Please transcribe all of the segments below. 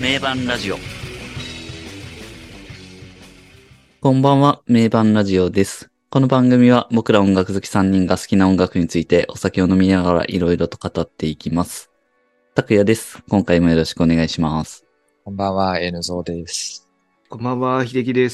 名盤ラジオ。こんばんは、名盤ラジオです。この番組は僕ら音楽好き3人が好きな音楽についてお酒を飲みながらいろいろと語っていきます。拓也です。今回もよろしくお願いします。 こんばんは、N ゾーです。 こんばんは、秀樹です。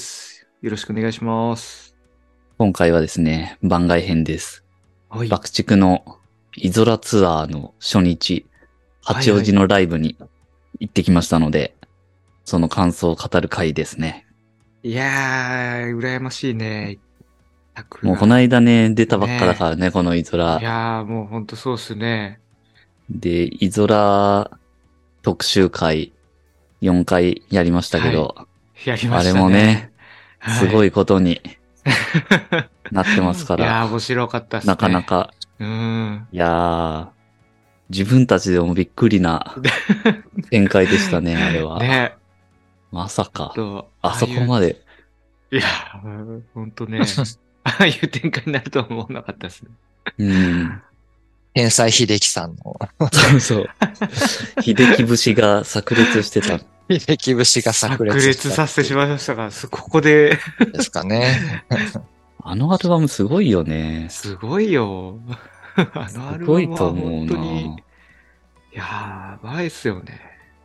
よろしくお願いします。 今回はですね、番外編です。 はい。 爆竹のイゾラツアーの初日、八王子のライブに行ってきましたので、その感想を語る回ですね。 いやー、羨ましいね。 もうこの間ね、出たばっかだからね、このイゾラ。 いやー、もうほんとそうっすね。 で、イゾラ特集会4回やりましたけど、 やりましたね。 あれもね、 はい、 すごいことになってますから。 いやー、面白かったっすね。 なかなか。 いやー、自分たちでもびっくりな展開でしたね、あれは。 ね。 まさか。 とあそこまで。 いやー、ほんとね。ああいう展開になるとは思わなかったですね。 天才秀樹さんの。 そうそう。秀樹節が炸裂してた。 秀樹節が炸裂した。 炸裂させてしまいましたが、ここで。 ですかね。 あのアルバムすごいよね。 すごいよ。あのアルバムは本当に、やばいっすよね。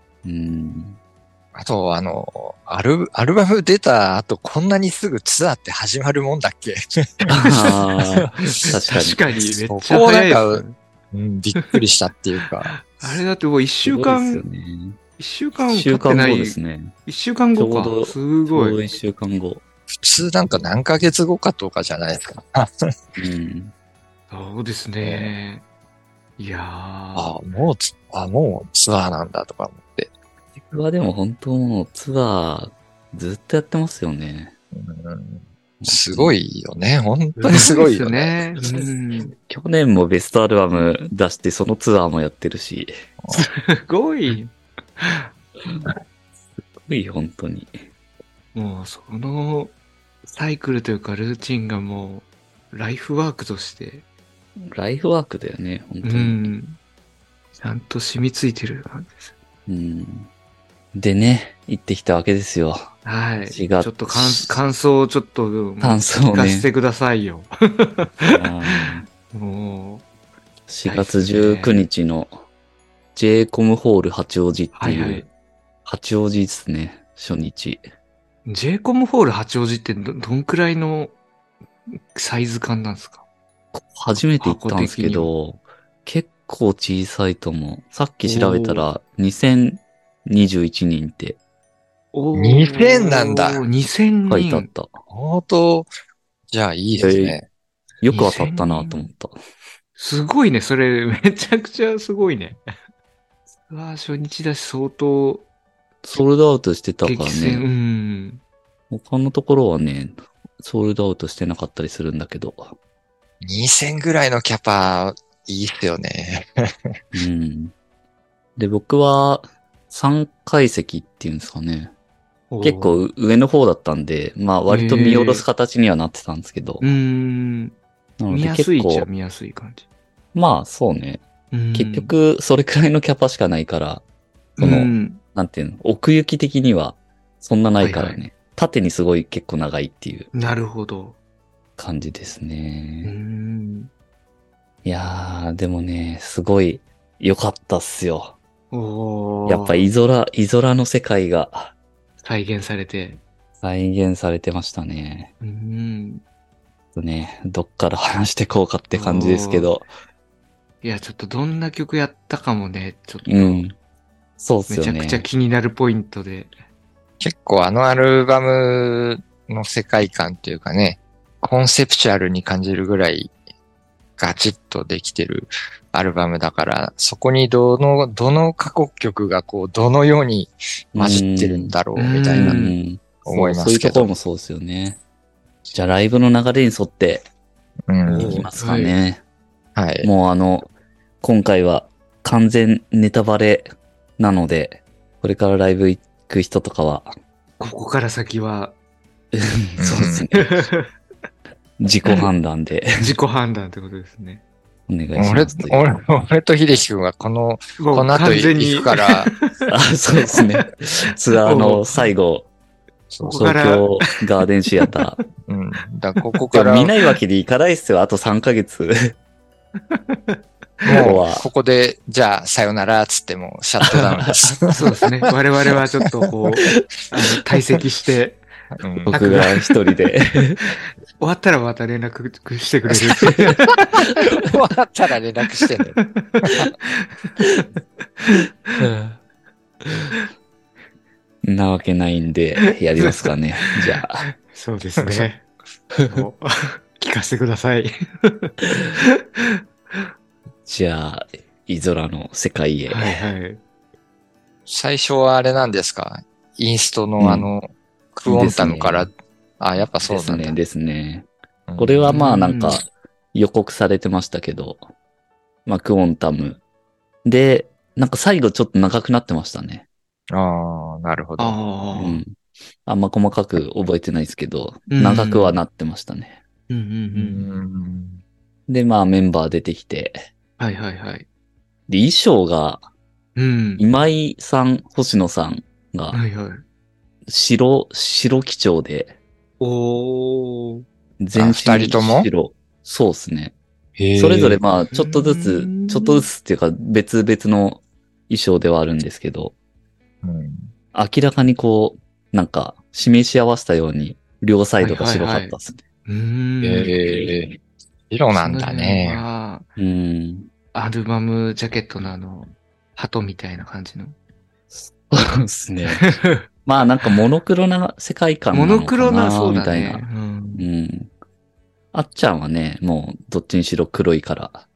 あと、アルバム出た後、こんなにすぐツアーって始まるもんだっけあ確かに、めっちゃそこ早いです、 びっくりしたっていうか。 あれだってもう一週間経ってない。 後ですね。 一週間後か。すごい。 ちょうど一週間後。 普通なんか何ヶ月後かとかじゃないですか。 そうですね。いやー。 もうツアーなんだとか思って。 僕はでも本当もうツアーずっとやってますよね。 すごいよね。本当にすごいよね。 去年もベストアルバム出してそのツアーもやってるし。 すごい。 すごい、本当に。 もうそのサイクルというかルーチンがもうライフワークとして。 ライフワークだよね、本当に。 ちゃんと染みついてる感じです。 でね、行ってきたわけですよ。 はい。ちょっと感想をちょっと聞かせてくださいよ。もう 4月19日の J コムホール八王子っていう、八王子ですね、初日。 J コムホール八王子ってどんくらいのサイズ感なんですか？ 初めて行ったんですけど、結構小さいと思う。さっき調べたら2021人って。 2000なんだ。 2000人。 書いてあった。 本当、じゃあいいですね。 よく当たったなと思った。 すごいね。それ、めちゃくちゃすごいね。初日だし相当。 ソールドアウトしてたからね。他のところはね、ソールドアウトしてなかったりするんだけど。 2000ぐらいのキャパ、いいっすよね。 で、僕は3階席っていうんですかね。結構上の方だったんで、まあ割と見下ろす形にはなってたんですけど。なので結構見やすい感じ。 まあそうね。結局それくらいのキャパしかないから、その、なんていうの、奥行き的にはそんなないからね。縦にすごい結構長いっていう。 なるほど。 感じですね。いやー、でもね、すごい良かったっすよ。やっぱイゾラの世界が再現されてましたね。どっから話してこうかって感じですけど。 いや、ちょっとどんな曲やったかもね、ちょっと。 そうっすよね。 めちゃくちゃ気になるポイントで。 結構あのアルバムの世界観というかね、コンセプチュアルに感じるぐらいガチッとできてるアルバムだから、そこにどの過去曲がこう、どのように混じってるんだろうみたいな思いますけど。 そういうところもそうですよね。じゃあライブの流れに沿っていきますかね。 はい。 もう今回は完全ネタバレなので、これからライブ行く人とかは。 ここから先は。 そうですね。自己判断で。 自己判断ってことですね。 お願いしますという。 俺と秀樹くんはこの後完全に行くから、 あ、そうですね。ツアーの最後、東ここから京ガーデンシアター。 うん。だからここでから、 も見ないわけにいかないっすよ。あと3ヶ月。 もう、ここで、じゃあ、さよなら、つってもうシャットダウンです。 そうですね。我々はちょっとこう、退席して、 うん僕が一人で。 終わったらまた連絡してくれる。 終わったら連絡してね。 なわけないんで、やりますかね。じゃあ。 そうですね。聞かせてください。 じゃあ、イゾラの世界へ。 はいはい。 最初はあれなんですか？インストのクオンタムから、あ、やっぱそうなんだ。 ですね。 うんこれはまあなんかうん予告されてましたけど、まあクオンタム。で、なんか最後ちょっと長くなってましたね。 ああ、なるほど。 うああ。 ん。あんま細かく覚えてないですけど、 うん長くはなってましたね。 うんうんう。 うんん。 で、まあメンバー出てきて、 はいはいはい。 で、衣装がうん。 今井さん、星野さんがはいはい。 白基調で、 おー。 全身二人とも白。そうですね。 へえそれぞれまあ、ちょっとずうつん、 ちょっとずつっていうか別々の衣装ではあるんですけど、 うん明らかにこう、なんか、示し合わせたように、両サイドが白かったですね。 うーん。 へえ色なんだその辺ね。 はうん。 アルバムジャケットの鳩みたいな感じの。 そうですね。まあなんかモノクロな世界観なモのかなノクロな、そうだみたいな。。 ねうんうん。あっちゃんはね、もうどっちにしろ黒いから。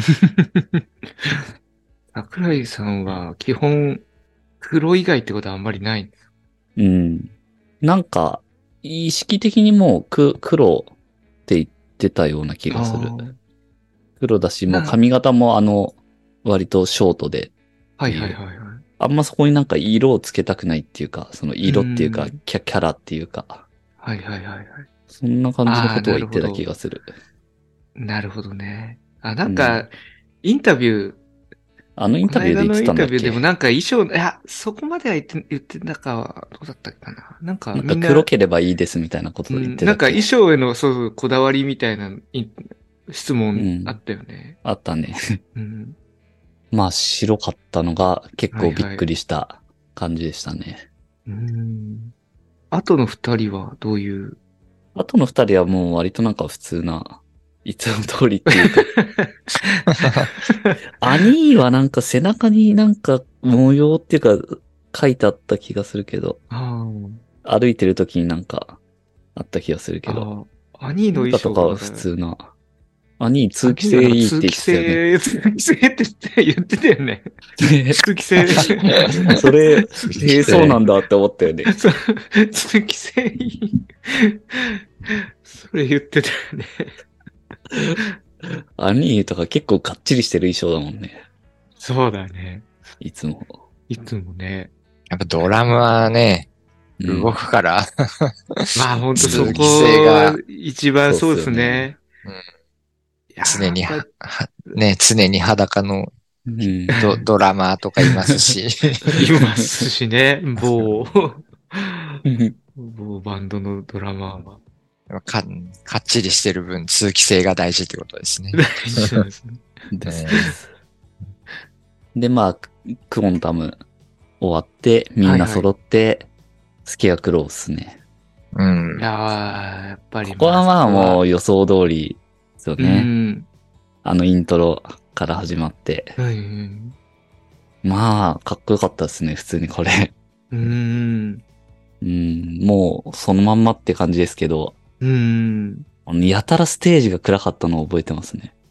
桜井さんは基本黒以外ってことはあんまりない。 うん。なんか、意識的にもう黒って言ってたような気がする。黒だし、もう髪型も割とショートで、 はいはいはいはい。 あんまそこになんか色をつけたくないっていうか、その色っていうか、 うんキャラっていうか、 はいはいはいはい。 そんな感じのことを言ってた気がする。 なるほどね。あ、なんか、インタビュー、 あのインタビューで言ってたんだっけ？ この間のインタビューでもなんか衣装、いや、そこまでは言ってたかは、どうだったかな。なんかなんみんな、 か黒ければいいですみたいなことを言ってたっけ？ なんか衣装へのそうこだわりみたいな質問あったよね。 あったね。 うん。 まあ白かったのが結構びっくりした感じでしたね。 あとの二人はどういうあとの二人はもう割となんか普通な、いつも通りっていうか。アニーはなんか背中になんか模様っていうか書いてあった気がするけど、歩いてる時になんかあった気がするけど。 アニーの衣装とかは普通な。アニー通気性いいって言ってたよね。 通気性って言ってたよね。通気性。 それ、そうなんだって思ったよね。 通気性いい。それ言ってたよね。 アニーとか結構がっちりしてる衣装だもんね。 そうだね。 いつも。 いつもね。 やっぱドラムはね、 うん動くから、 まあ本当そこ通気性が一番そうですね。 常に常に裸のうん。 ドラマーとかいますし。 いますしね。某バンドのドラマーは。 かっちりしてる分通気性が大事ってことですね。 大事なんですね。 で、まあ、クオンタム終わって、みんな揃って、スケアクローっすね。 うんい。やー、やっぱり。 ここはまあもう予想通りですよね。 うん。 イントロから始まって。 うん。 まあ、かっこよかったですね、普通にこれ。 うん。 もうそのまんまって感じですけど、 うん。 やたらステージが暗かったのを覚えてますね。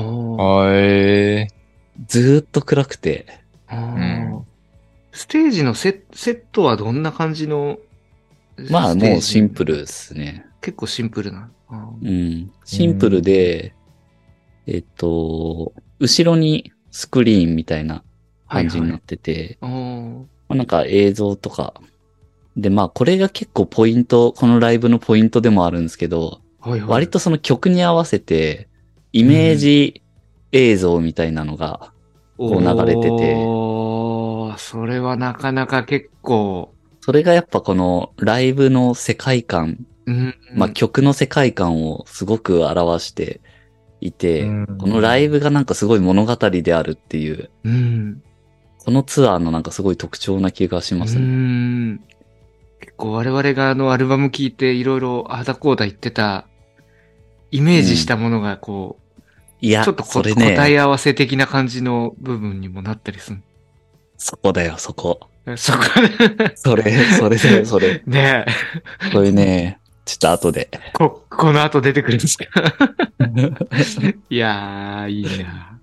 ずーっと暗くて。 ステージのセットはどんな感じのまあもうシンプルですね。 結構シンプルな。 シンプルで、後ろにスクリーンみたいな感じになってて、なんか映像とか、でまあこれが結構このライブのポイントでもあるんですけど、割とその曲に合わせて、イメージ映像みたいなのが、こう流れててそれはなかなか結構、 それがやっぱこのライブの世界観、まあ曲の世界観をすごく表していて、このライブがなんかすごい物語であるっていう、このツアーのなんかすごい特徴な気がしますね。 結構我々がアルバム聴いていろいろああだこうだ言ってたイメージしたものがこう、 いや、 ちょっとそれね、 答え合わせ的な感じの部分にもなったりする。 そこだよ、そこ。 そこそれだよ、それ。 ねえ。これね、ちょっと後で。 この後出てくるんですかいやー、いいな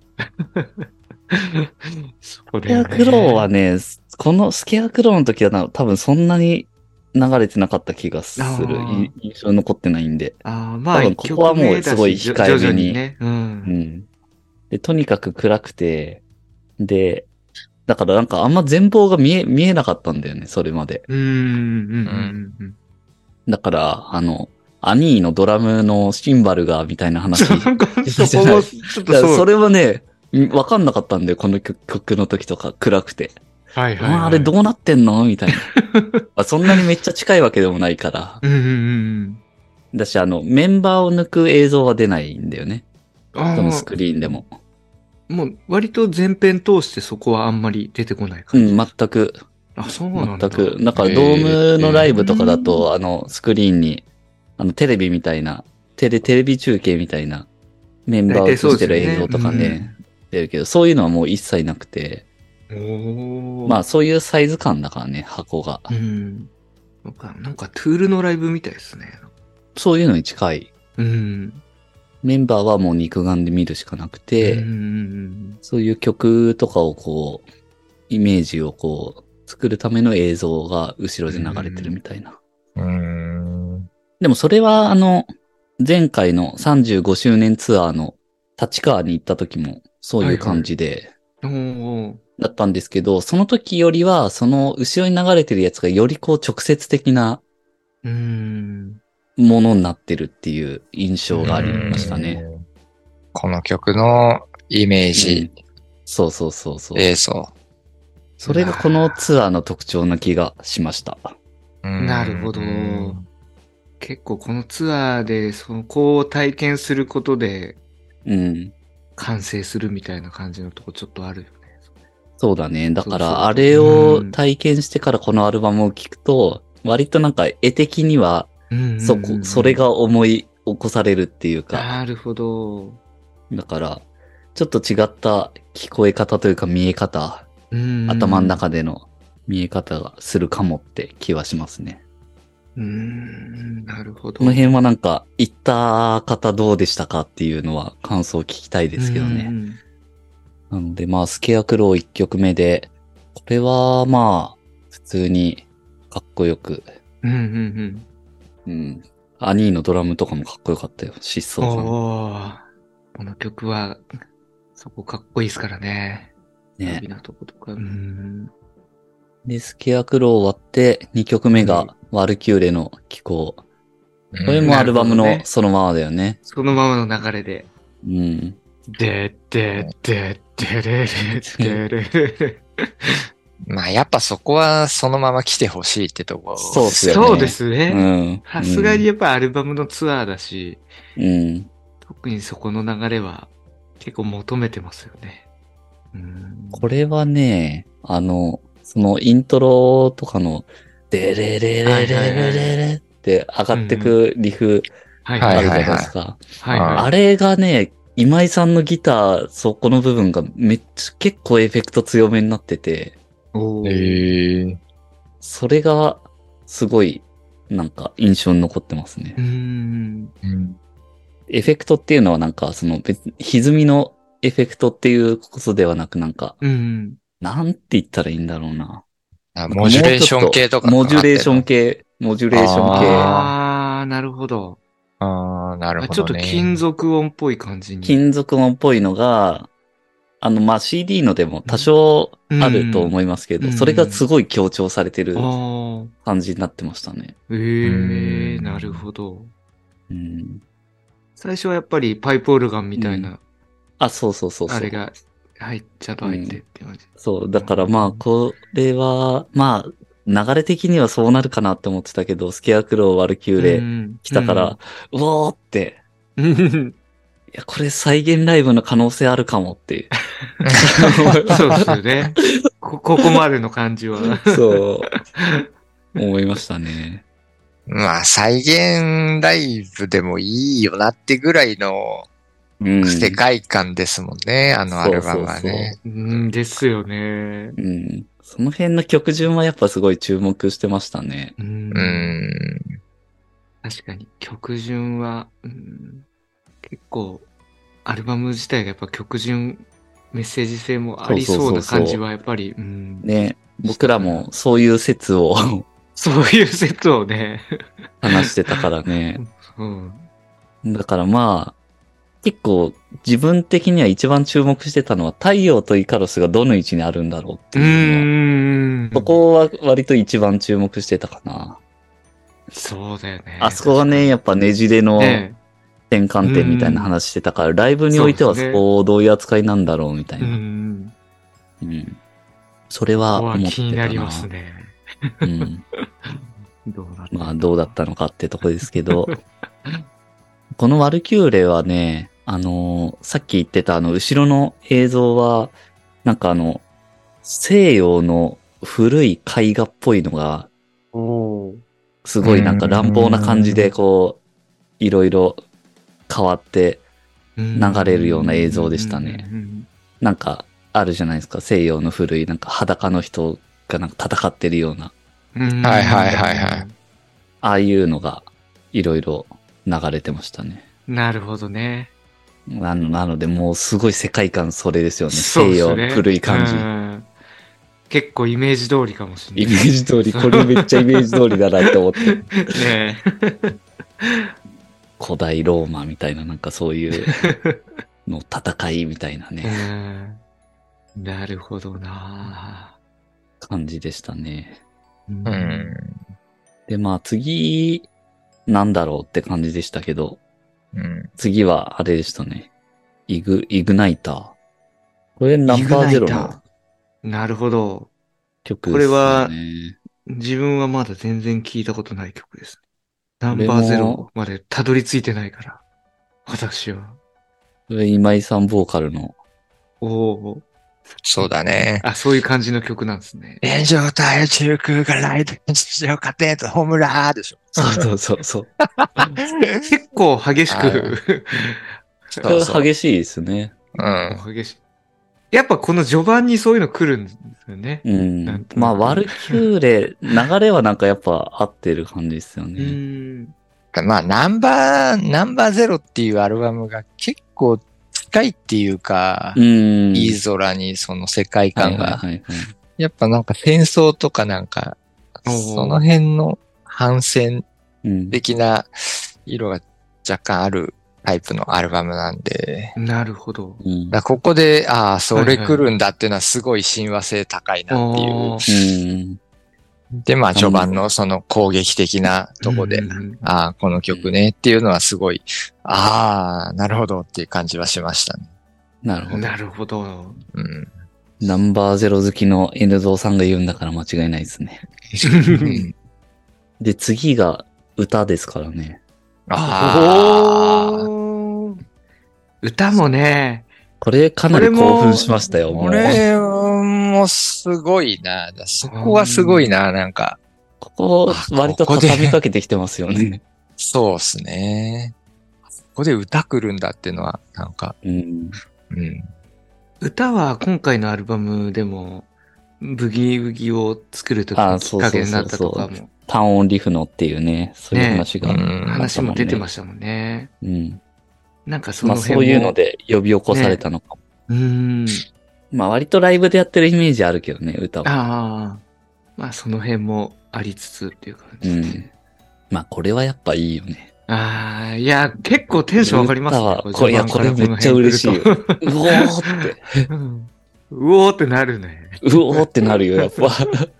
そこで、ね。 スケアクローはね、このスケアクローの時は多分そんなに流れてなかった気がする。印象に残ってないんで。 まあ、 多分ここはもうすごい控えめに。 ね。 で、とにかく暗くて、で、だからなんかあんま全貌が見えなかったんだよね、それまで。だから、アニーのドラムのシンバルが、みたいな話。 そこも、ちょっとそれはね、わかんなかったんだよ、この曲の時とか、暗くて。あれどうなってんのみたいな。そんなにめっちゃ近いわけでもないから。だし、メンバーを抜く映像は出ないんだよね。そのスクリーンでも。 もう、割と全編通してそこはあんまり出てこない感じ。 全く。 そうなんだ。 全く。だからドームのライブとかだと、スクリーンに、テレビみたいな、テレビ中継みたいな、メンバーを映してる映像とかね、出るけど、そういうのはもう一切なくて、まあそういうサイズ感だからね、箱が。 なんかトゥールのライブみたいですね。 そういうのに近い。メンバーはもう肉眼で見るしかなくて、そういう曲とかをこう、イメージをこう、作るための映像が後ろで流れてるみたいな。でもそれは前回の35周年ツアーの立川に行った時もそういう感じで、だったんですけど、その時よりは、その後ろに流れてるやつがよりこう直接的なものになってるっていう印象がありましたね。 この曲のイメージ。 そう。 映像。 それがこのツアーの特徴な気がしました。 なるほど。結構このツアーでそこを体験することで、完成するみたいな感じのとこちょっとあるよね。 そうだね。だからあれを体験してからこのアルバムを聴くと、割となんか絵的には、それが思い起こされるっていうか。 なるほど。 だから、ちょっと違った聞こえ方というか見え方、頭の中での見え方がするかもって気はしますね。 なるほど。 この辺はなんか、行った方どうでしたかっていうのは感想を聞きたいですけどね。なのでまあ、スケアクロー1曲目で、これはまあ、普通にかっこよく。アニーのドラムとかもかっこよかったよ。疾走感。 この曲は、そこかっこいいですからね。 ね。 なとことか。 で、スケアクロー終わって、2曲目がワルキューレの気候。これもアルバムのそのままだよね。 そのままの流れで。でれ。 まあやっぱそこはそのまま来てほしいってとこ。 そうですよね。 そうですね。さすがにやっぱアルバムのツアーだし、特にそこの流れは結構求めてますよね。 これはね、そのイントロとかの、デレレレレレレレって上がってくリフあるじゃないですか。あれがね、今井さんのギター、そこの部分が結構エフェクト強めになってて、それがすごいなんか印象に残ってますね。エフェクトっていうのはなんかその歪みのエフェクトっていうことではなくなんか、なんて言ったらいいんだろうな。 モジュレーション系とか。 モジュレーション系。 なるほど。 なるほど、ね。 ちょっと金属音っぽい感じに。 金属音っぽいのが、まあ、CD のでも多少あると思いますけど、それがすごい強調されてる感じになってましたね。 なるほど。最初はやっぱりパイプオルガンみたいなあ、そうそうそうそう。 あれが、ちゃんと入ってって感じ。 そう、だからまあ、これは、まあ、流れ的にはそうなるかなって思ってたけど、スケアクロー、ワルキューレ来たから、うおーって、いや、これ再現ライブの可能性あるかもっていう。 そうですよね。ここまでの感じは。 そう。思いましたね。 まあ、再現ライブでもいいよなってぐらいの世界観ですもんね、あのアルバムはね。 ですよね。 その辺の曲順はやっぱすごい注目してましたね。 確かに曲順は、結構アルバム自体がやっぱ曲順メッセージ性もありそうな感じはやっぱりね、僕らもそういう説をそういう説をね話してたからね。だからまあ結構自分的には一番注目してたのは太陽とイカロスがどの位置にあるんだろうっていうの。そこは割と一番注目してたかな。 そうだよね。 あそこがね、やっぱねじれの転換点みたいな話してたから、ライブにおいてはそこをどういう扱いなんだろうみたいな。それは思ってたな。 気になりますね。 まあどうだったのかってとこですけど、このワルキューレはね、さっき言ってた後ろの映像は、なんか西洋の古い絵画っぽいのが、すごいなんか乱暴な感じでこう、いろいろ変わって流れるような映像でしたね。なんかあるじゃないですか、西洋の古いなんか裸の人がなんか戦ってるような。 はいはいはいはい。 ああいうのがいろいろ流れてましたね。 なるほどね。 なのでもうすごい世界観それですよね。西洋の古い感じ。 結構イメージ通りかもしれない。 イメージ通り、これめっちゃイメージ通りだなって思って。ね古代ローマみたいななんかそういうの戦いみたいなね。 なるほどな感じでしたね。で、まあ次、なんだろうって感じでしたけど、次はあれでしたね。イグナイター。これナンバーゼロのなるほど。 曲ですね。 これは、自分はまだ全然聞いたことない曲ですね。ナンバーゼロまでたどり着いてないから。私は。 これ今井さんボーカルの。 そうだね。 あ、そういう感じの曲なんですね。 炎上体中空がライトにしようかてとホームラーでしょ。 そう。 結構激しく激しいですね。 激しい。やっぱこの序盤にそういうの来るんですよね。 まあ、ワルキューレ、流れはなんかやっぱ合ってる感じですよね。 まあ、ナンバーゼロっていうアルバムが結構近いっていうか、いい空にその世界観が。やっぱなんか戦争とかなんか、その辺の反戦的な色が若干あるタイプのアルバムなんで。 なるほど。 ここで、それ来るんだっていうのはすごい親和性高いなっていう。で、まあ、序盤のその攻撃的なとこで、この曲ねっていうのはすごい、なるほどっていう感じはしましたね。 なるほど。 なるほど。 ナンバーゼロ好きの N ゾーさんが言うんだから間違いないですね。で、次が歌ですからね。 歌もね。 これかなり興奮しましたよ、 これもすごいな。そこはすごいな、なんか。 ここ、割と畳みかけてきてますよね。 そうっすね。ここで歌来るんだっていうのは、なんか。 歌は今回のアルバムでも、ブギウギを作るときのきっかけになったとかも。 単音リフのっていうね、そういう話が、 話も出てましたもんね。なんかその辺そういうので呼び起こされたのかも。まあ割とライブでやってるイメージあるけどね、歌は。 まあその辺もありつつっていう感じですね。 まあこれはやっぱいいよね。 いや、結構テンション上がりますね。 いや、これめっちゃ嬉しいよ。うおーって。 うおーってなるね。 うおーってなるよ、やっぱ。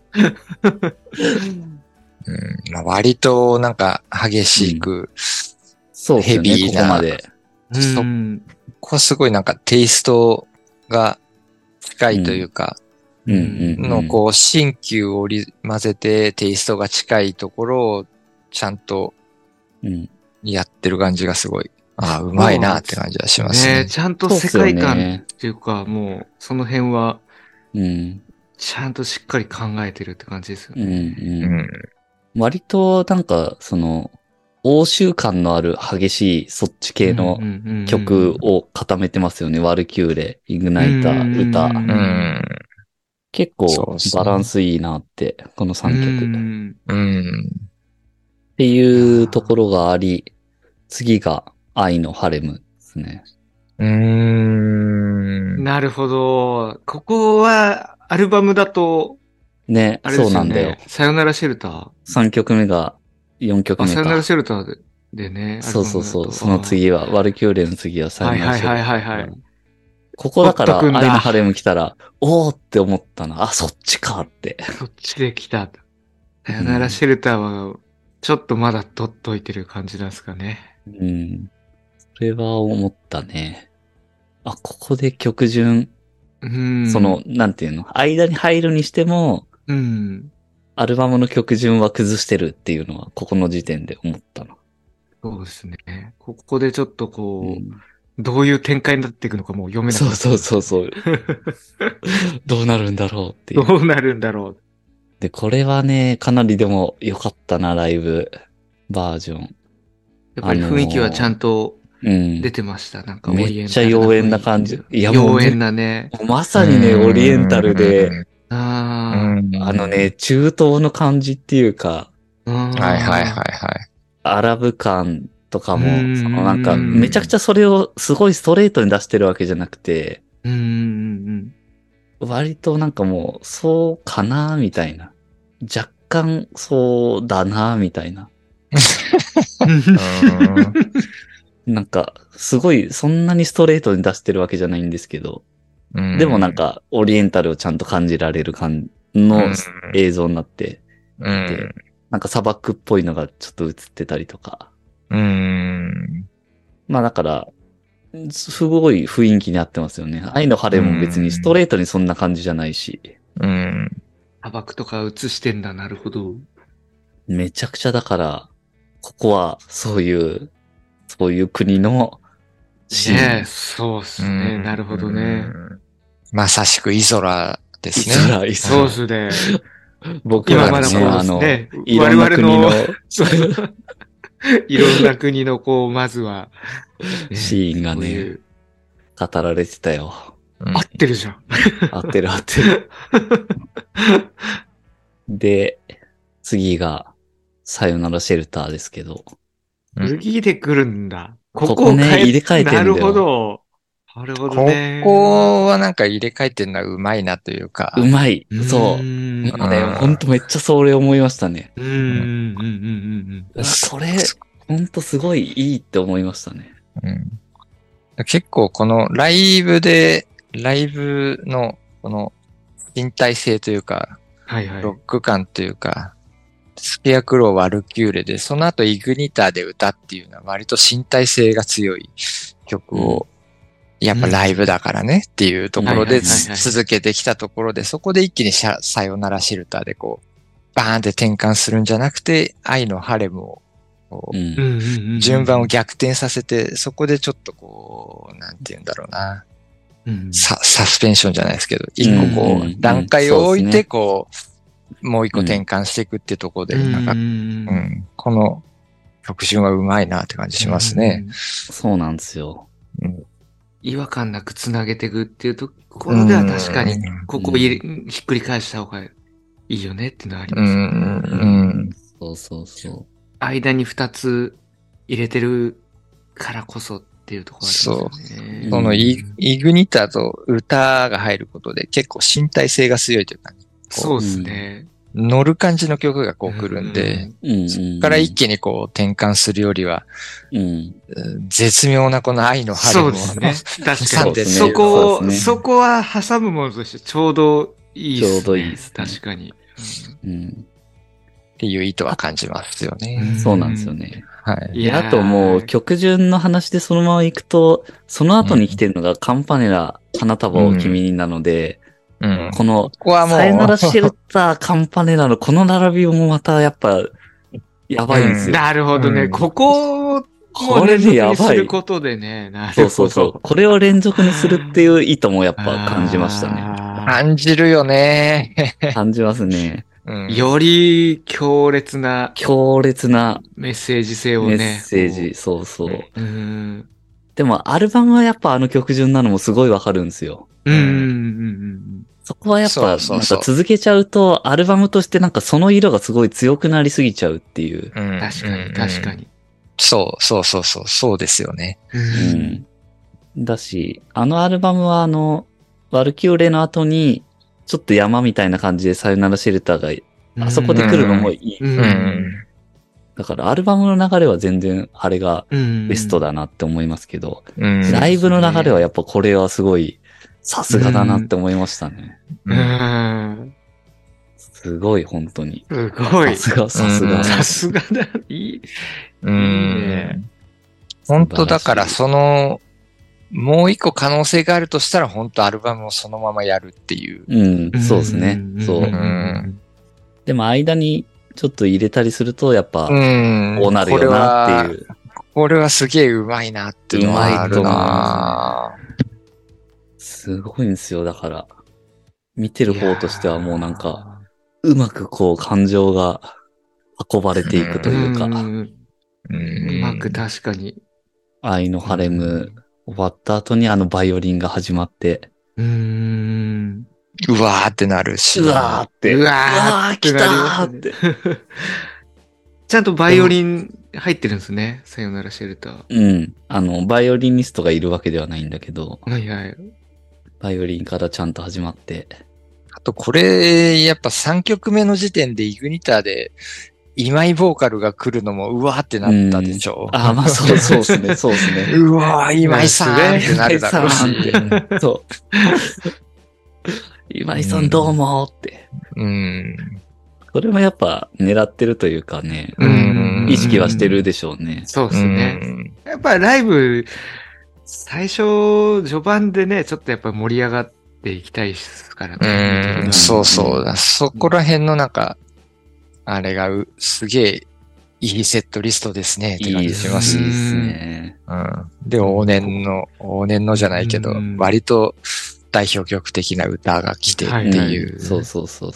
まあ、割となんか激しく、 そうですね、 ヘビーな。 ここまで。 こすごいなんかテイストが近いというか、のこう、新旧を織り交ぜてテイストが近いところをちゃんとやってる感じがすごい、うまいなって感じはしますね。 ちゃんと世界観っていうか、もうその辺は、ちゃんとしっかり考えてるって感じですよね。 割となんか、欧州感のある激しいそっち系の曲を固めてますよね。ワルキューレ、イグナイター、歌。結構バランスいいなって、この3曲。っていうところがあり、次が愛のハレムですね。 なるほど。ここはアルバムだと、 ね、そうなんだよ。 さよならシェルター。 3曲目が4曲目か。 さよならシェルターでね。 そう。その次は、ワルキューレの次はさよならシェルター。 はい。 ここだから、愛のハレム来たら、おーって思ったな。そっちかって。 そっちで来た。さよならシェルターは、ちょっとまだ取っといてる感じなんですかね。 それは思ったね。ここで曲順、なんていうの、間に入るにしても、アルバムの曲順は崩してるっていうのは、ここの時点で思ったの。 そうですね。ここでちょっとこう、どういう展開になっていくのかもう読めない。 そう。どうなるんだろうっていう。 どうなるんだろう。 で、これはね、かなりでも良かったな、ライブバージョン。 やっぱり雰囲気はちゃんと出てました。なんかオリエンタル。 めっちゃ妖艶な感じ。 いや、妖艶なね。 まさにね、オリエンタルで、中東の感じっていうか、アラブ感とかも、なんか、めちゃくちゃそれをすごいストレートに出してるわけじゃなくて、割となんかもう、そうかなみたいな。若干、そうだなみたいな。なんか、すごい、そんなにストレートに出してるわけじゃないんですけど、でもなんか、オリエンタルをちゃんと感じられる感の映像になって、で、なんか砂漠っぽいのがちょっと映ってたりとか。まあだから、すごい雰囲気に合ってますよね。愛の晴れも別にストレートにそんな感じじゃないし。 砂漠とか映してんだ、なるほど。 めちゃくちゃだから、ここはそういう国のシーン。 ね、そうっすね。なるほどね。 まさしくイゾラですね。 そうっすね。 僕らのね、いろんな国の、 いろんな国のこう、まずは、 シーンがね、語られてたよ。 合ってるじゃん。 合ってる。で、次が、さよならシェルターですけど。 次で来るんだ。 ここね、入れ替えてんだよ。 なるほど。なるほどね。 ここはなんか入れ替えてるのはうまいなというか。 うまい。そう。ほんとめっちゃそれ思いましたね。それ、ほんとすごいいいって思いましたね。 結構このライブのこの身体性というか、ロック感というか、スペアクロー、ワルキューレで、その後イグニターで歌っていうのは割と身体性が強い曲を、やっぱライブだからねっていうところで続けてきたところで、そこで一気にさよならシェルターでこう、バーンって転換するんじゃなくて、愛のハレムを、順番を逆転させて、そこでちょっとこう、なんて言うんだろうな。サスペンションじゃないですけど、一個こう、段階を置いてこう、もう一個転換していくってところで、なんか、この曲順はうまいなって感じしますね。 そうなんですよ。 違和感なくつなげていくっていうところでは確かに、ここひっくり返した方がいいよねっていうのはありますね。そう。 間に2つ入れてるからこそっていうところありますよね。 そのイグニターと歌が入ることで結構身体性が強いというか、 そうですね。 乗る感じの曲がこう来るんで、そこから一気にこう転換するよりは、絶妙なこの愛のハレムをそうですね。確かに。そこは挟むものとしてちょうどいいですね。 ちょうどいいです、 確かに。 っていう意図は感じますよね。 そうなんですよね。 はい。 いや、あともう曲順の話でそのまま行くと、その後に来てるのがカンパネラ、花束を君になので、この、さよならシェルター、カンパネラのこの並びもまたやっぱ、やばいんですよ。 なるほどね。ここを、 これね、やばい。 することでね、 そう。これを連続にするっていう意図もやっぱ感じましたね。 感じるよね。 感じますね。 より強烈なメッセージ性をね。 メッセージ、そう。でもアルバムはやっぱあの曲順なのもすごいわかるんですよ。そこはやっぱ、なんか続けちゃうと、アルバムとしてなんかその色がすごい強くなりすぎちゃうっていう。 確かに。 そうですよね。 だし、あのアルバムはワルキューレの後に、ちょっと山みたいな感じでさよならシェルターが、あそこで来るのもいい。だからアルバムの流れは全然あれがベストだなって思いますけど、ライブの流れはやっぱこれはすごい、さすがだなって思いましたね。すごい、本当に。 すごい。 さすがだ。いいね。 本当だからもう一個可能性があるとしたら本当アルバムをそのままやるっていう。 そうですね。そう。でも間にちょっと入れたりするとやっぱ、こうなるよなっていう。 これはすげえうまいなっていうのはあるな。 すごいんですよ。だから、見てる方としてはもうなんか、うまくこう感情が運ばれていくというか。 うまく確かに。 愛のハレム終わった後にバイオリンが始まって。 うわーってなるし。 うわー来たーって。 ちゃんとバイオリン入ってるんですね。さよならシェルター。 バイオリニストがいるわけではないんだけど。 はいはい。 バイオリンからちゃんと始まって。 あとこれ、やっぱ3曲目の時点でイグニターで、今井ボーカルが来るのもうわーってなったでしょ。 まあそうですね。 うわー、今井さんってなるだろうし。 そう。今井さんどうもって。それもやっぱ狙ってるというかね。意識はしてるでしょうね。 そうですね。やっぱライブ、最初、序盤でね、ちょっとやっぱ盛り上がっていきたいですからね。 そう。そこら辺のなんか、あれがすげえいいセットリストですねって感じします。 いいですね。 で、往年のじゃないけど、割と代表曲的な歌が来てっていう。 そう。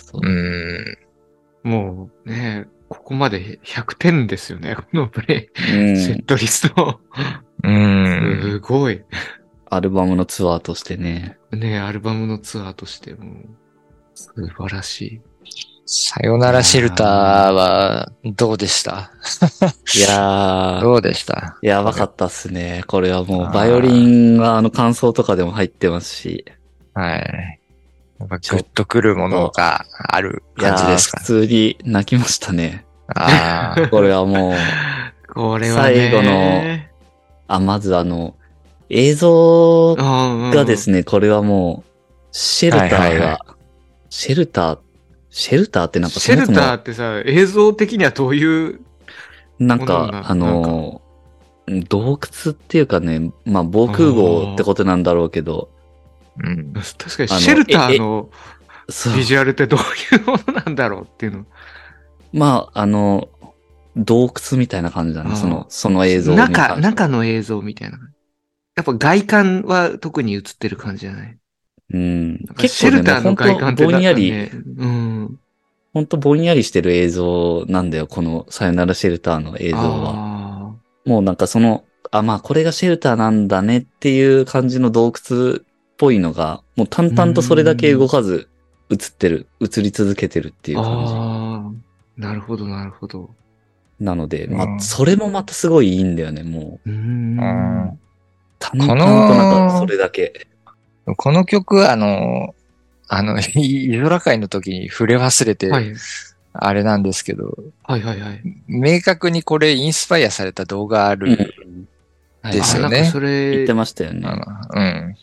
もうね、ここまで100点ですよね、このプレイ。セットリスト。すごい。 アルバムのツアーとしてね。 アルバムのツアーとしても、素晴らしい。 さよならシェルターはどうでした？ いやー。どうでした？ やばかったっすね。これはもうバイオリンは感想とかでも入ってますし。 はい。グッとくるものがある感じですか？ 普通に泣きましたね。これはもう、 これはね、 最後の、まず映像がですね、これはもう、シェルターが、シェルターってなんかシェルターってさ、映像的にはどういうなんか、洞窟っていうかね、まあ防空壕ってことなんだろうけど、 確かにシェルターのビジュアルってどういうものなんだろうっていうの。 まあ、洞窟みたいな感じだね、その映像を見た。 中の映像みたいな。やっぱ外観は特に映ってる感じじゃない？ 結構ね、 シェルターの外観ってぼんやり、ほんとぼんやりしてる映像なんだよ、このさよならシェルターの映像は。もうなんかまあこれがシェルターなんだねっていう感じの洞窟っぽいのが、もう淡々とそれだけ動かず映り続けてるっていう感じ。なるほど。 なので、まあそれもまたすごいいいんだよね、もう。淡々となんかそれだけ。 この曲はイゾラ会の時に触れ忘れて、あれなんですけど、明確にこれインスパイアされた動画あるんですよね。 それ言ってましたよね。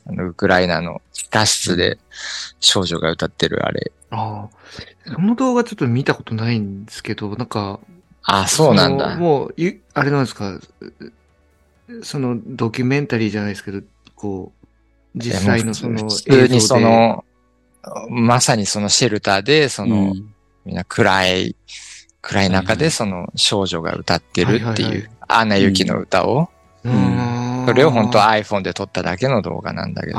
ウクライナの地下室で少女が歌ってるあれ。 ああ。その動画ちょっと見たことないんですけど、なんか、 あ、そうなんだ。 もう、あれなんですか、そのドキュメンタリーじゃないですけど、こう、実際のその普通にその、まさにそのシェルターで、その、みんな暗い中でその少女が歌ってるっていう、アナ雪の歌を、それを本当 iPhone で撮っただけの動画なんだけど、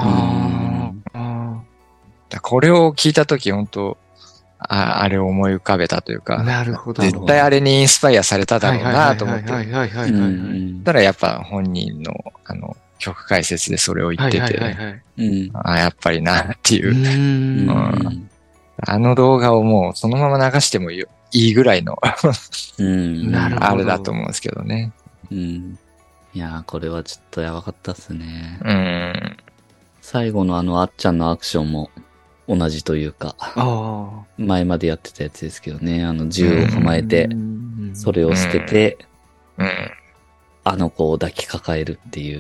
これを聞いたとき本当あれを思い浮かべたというか、 なるほど。 絶対あれにインスパイアされただろうなと思って。たらやっぱ本人の曲解説でそれを言ってて、やっぱりなっていう。あの動画をもうそのまま流してもいいぐらいのあれだと思うんですけどね。 いやー、これはちょっとやばかったっすね。最後のあっちゃんのアクションも同じというか、前までやってたやつですけどね、銃を構えて、それを捨てて、あの子を抱きかかえるっていう。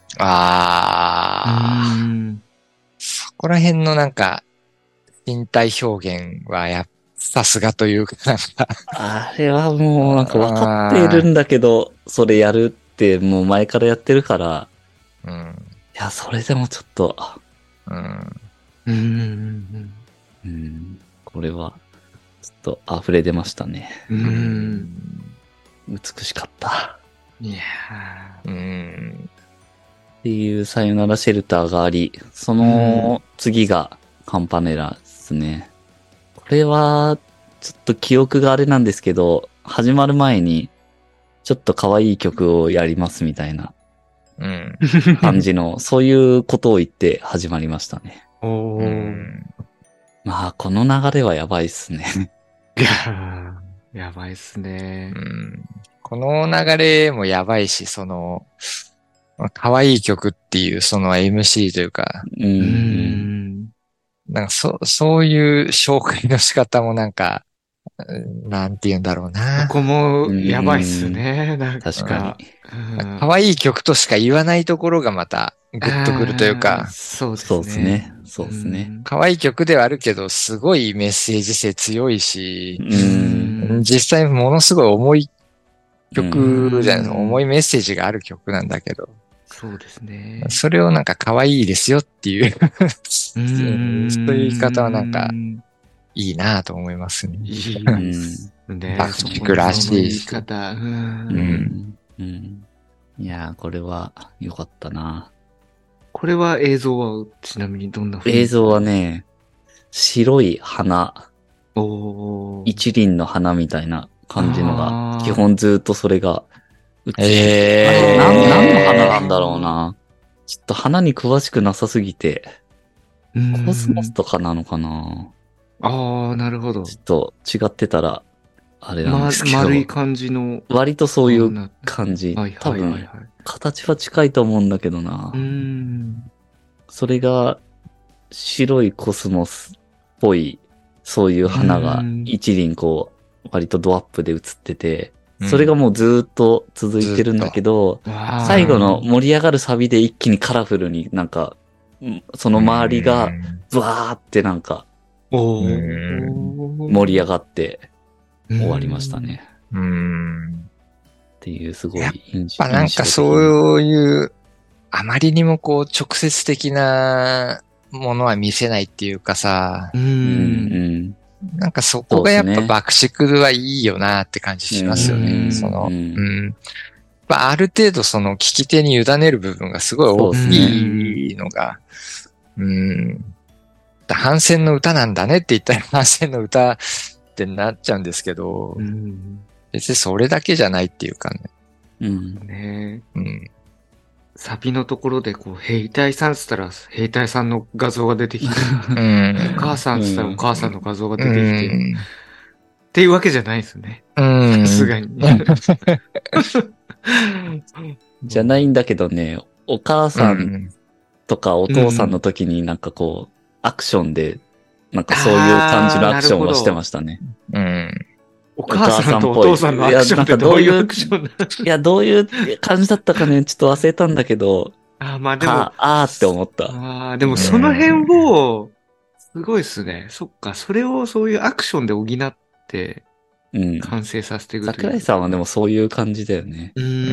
そこら辺のなんか、身体表現はさすがというかなんかあれはもうなんか分かっているんだけど、それやるってもう前からやってるから、いや、それでもちょっと、これは、ちょっと溢れ出ましたね。美しかった。 いやっていうさよならシェルターがあり、その次がカンパネラですね。これは、ちょっと記憶があれなんですけど、始まる前に、ちょっと可愛い曲をやりますみたいな感じの、そういうことを言って始まりましたね。まあ、この流れはやばいっすね。 やばいっすね。 この流れもやばいし、その、可愛い曲っていうその MC というか、なんかそういう紹介の仕方もなんか、なんて言うんだろうな。 ここもやばいっすね。なんか確かに。 可愛い曲としか言わないところがまたグッとくるというか。 そうですね。 そうですね。 可愛い曲ではあるけど、すごいメッセージ性強いし、実際ものすごい重い曲じゃないですか。重いメッセージがある曲なんだけど。 そうですね。 それをなんか可愛いですよっていうそういう言い方はなんかいいなと思いますね。 いいですね。 爆竹らしい。 言い方。 いやー、これは良かったな。 これは映像はちなみにどんな風に？ 映像はね、白い花。一輪の花みたいな感じのが、基本ずっとそれが映ってて。何の花なんだろうな。ちょっと花に詳しくなさすぎて、コスモスとかなのかな。 なるほど。 ちょっと違ってたら、あれなんですけど。 丸い感じの。 割とそういう感じ。多分、形は近いと思うんだけどな。それが、白いコスモスっぽい、そういう花が一輪こう、割とドアップで映ってて、それがもうずーっと続いてるんだけど、最後の盛り上がるサビで一気にカラフルになんか、その周りが、ブワーってなんか、盛り上がって終わりましたね。っていうすごい印象的な。 なんかそういう、あまりにもこう直接的なものは見せないっていうかさ、なんかそこがやっぱ爆竹はいいよなって感じしますよね。ある程度その聞き手に委ねる部分がすごい大きいのが、反戦の歌なんだねって言ったら反戦の歌ってなっちゃうんですけど、別にそれだけじゃないっていうかね。 サビのところでこう、兵隊さんって言ったら兵隊さんの画像が出てきて、お母さんって言ったらお母さんの画像が出てきて、っていうわけじゃないですね。さすがに。 じゃないんだけどね、お母さんとかお父さんの時になんかこう、アクションで、なんかそういう感じのアクションをしてましたね。 お母さんとお父さんのアクションってどういうアクション？ いや、どういう感じだったかね、ちょっと忘れたんだけど、 まあでも、 って思った。 でもその辺を、すごいっすね。そっか、それをそういうアクションで補って、完成させていくという。 桜井さんはでもそういう感じだよね。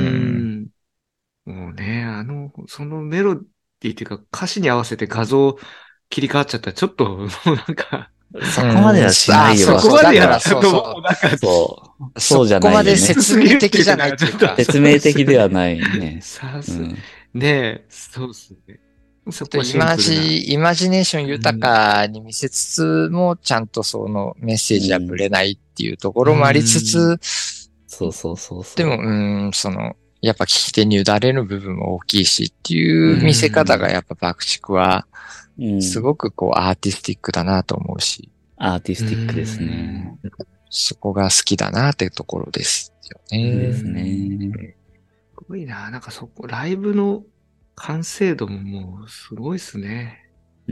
もうね、そのメロディーっていうか歌詞に合わせて画像切り替わっちゃったらちょっともうなんか、 そこまではしないよ。 そこまでやったと思う。 そうじゃないよね。 そこまで説明的じゃないっていうか。 説明的ではないね。 ねえ、そうっすね。 イマジネーション豊かに見せつつも、ちゃんとそのメッセージはぶれないっていうところもありつつ、 そう。 でも、やっぱ聞き手に委ねる部分も大きいしっていう見せ方がやっぱ爆竹は、すごくこうアーティスティックだなと思うし。 アーティスティックですね。 そこが好きだなってところですよね。 ですね。 すごいな。なんかライブの完成度ももうすごいっすね。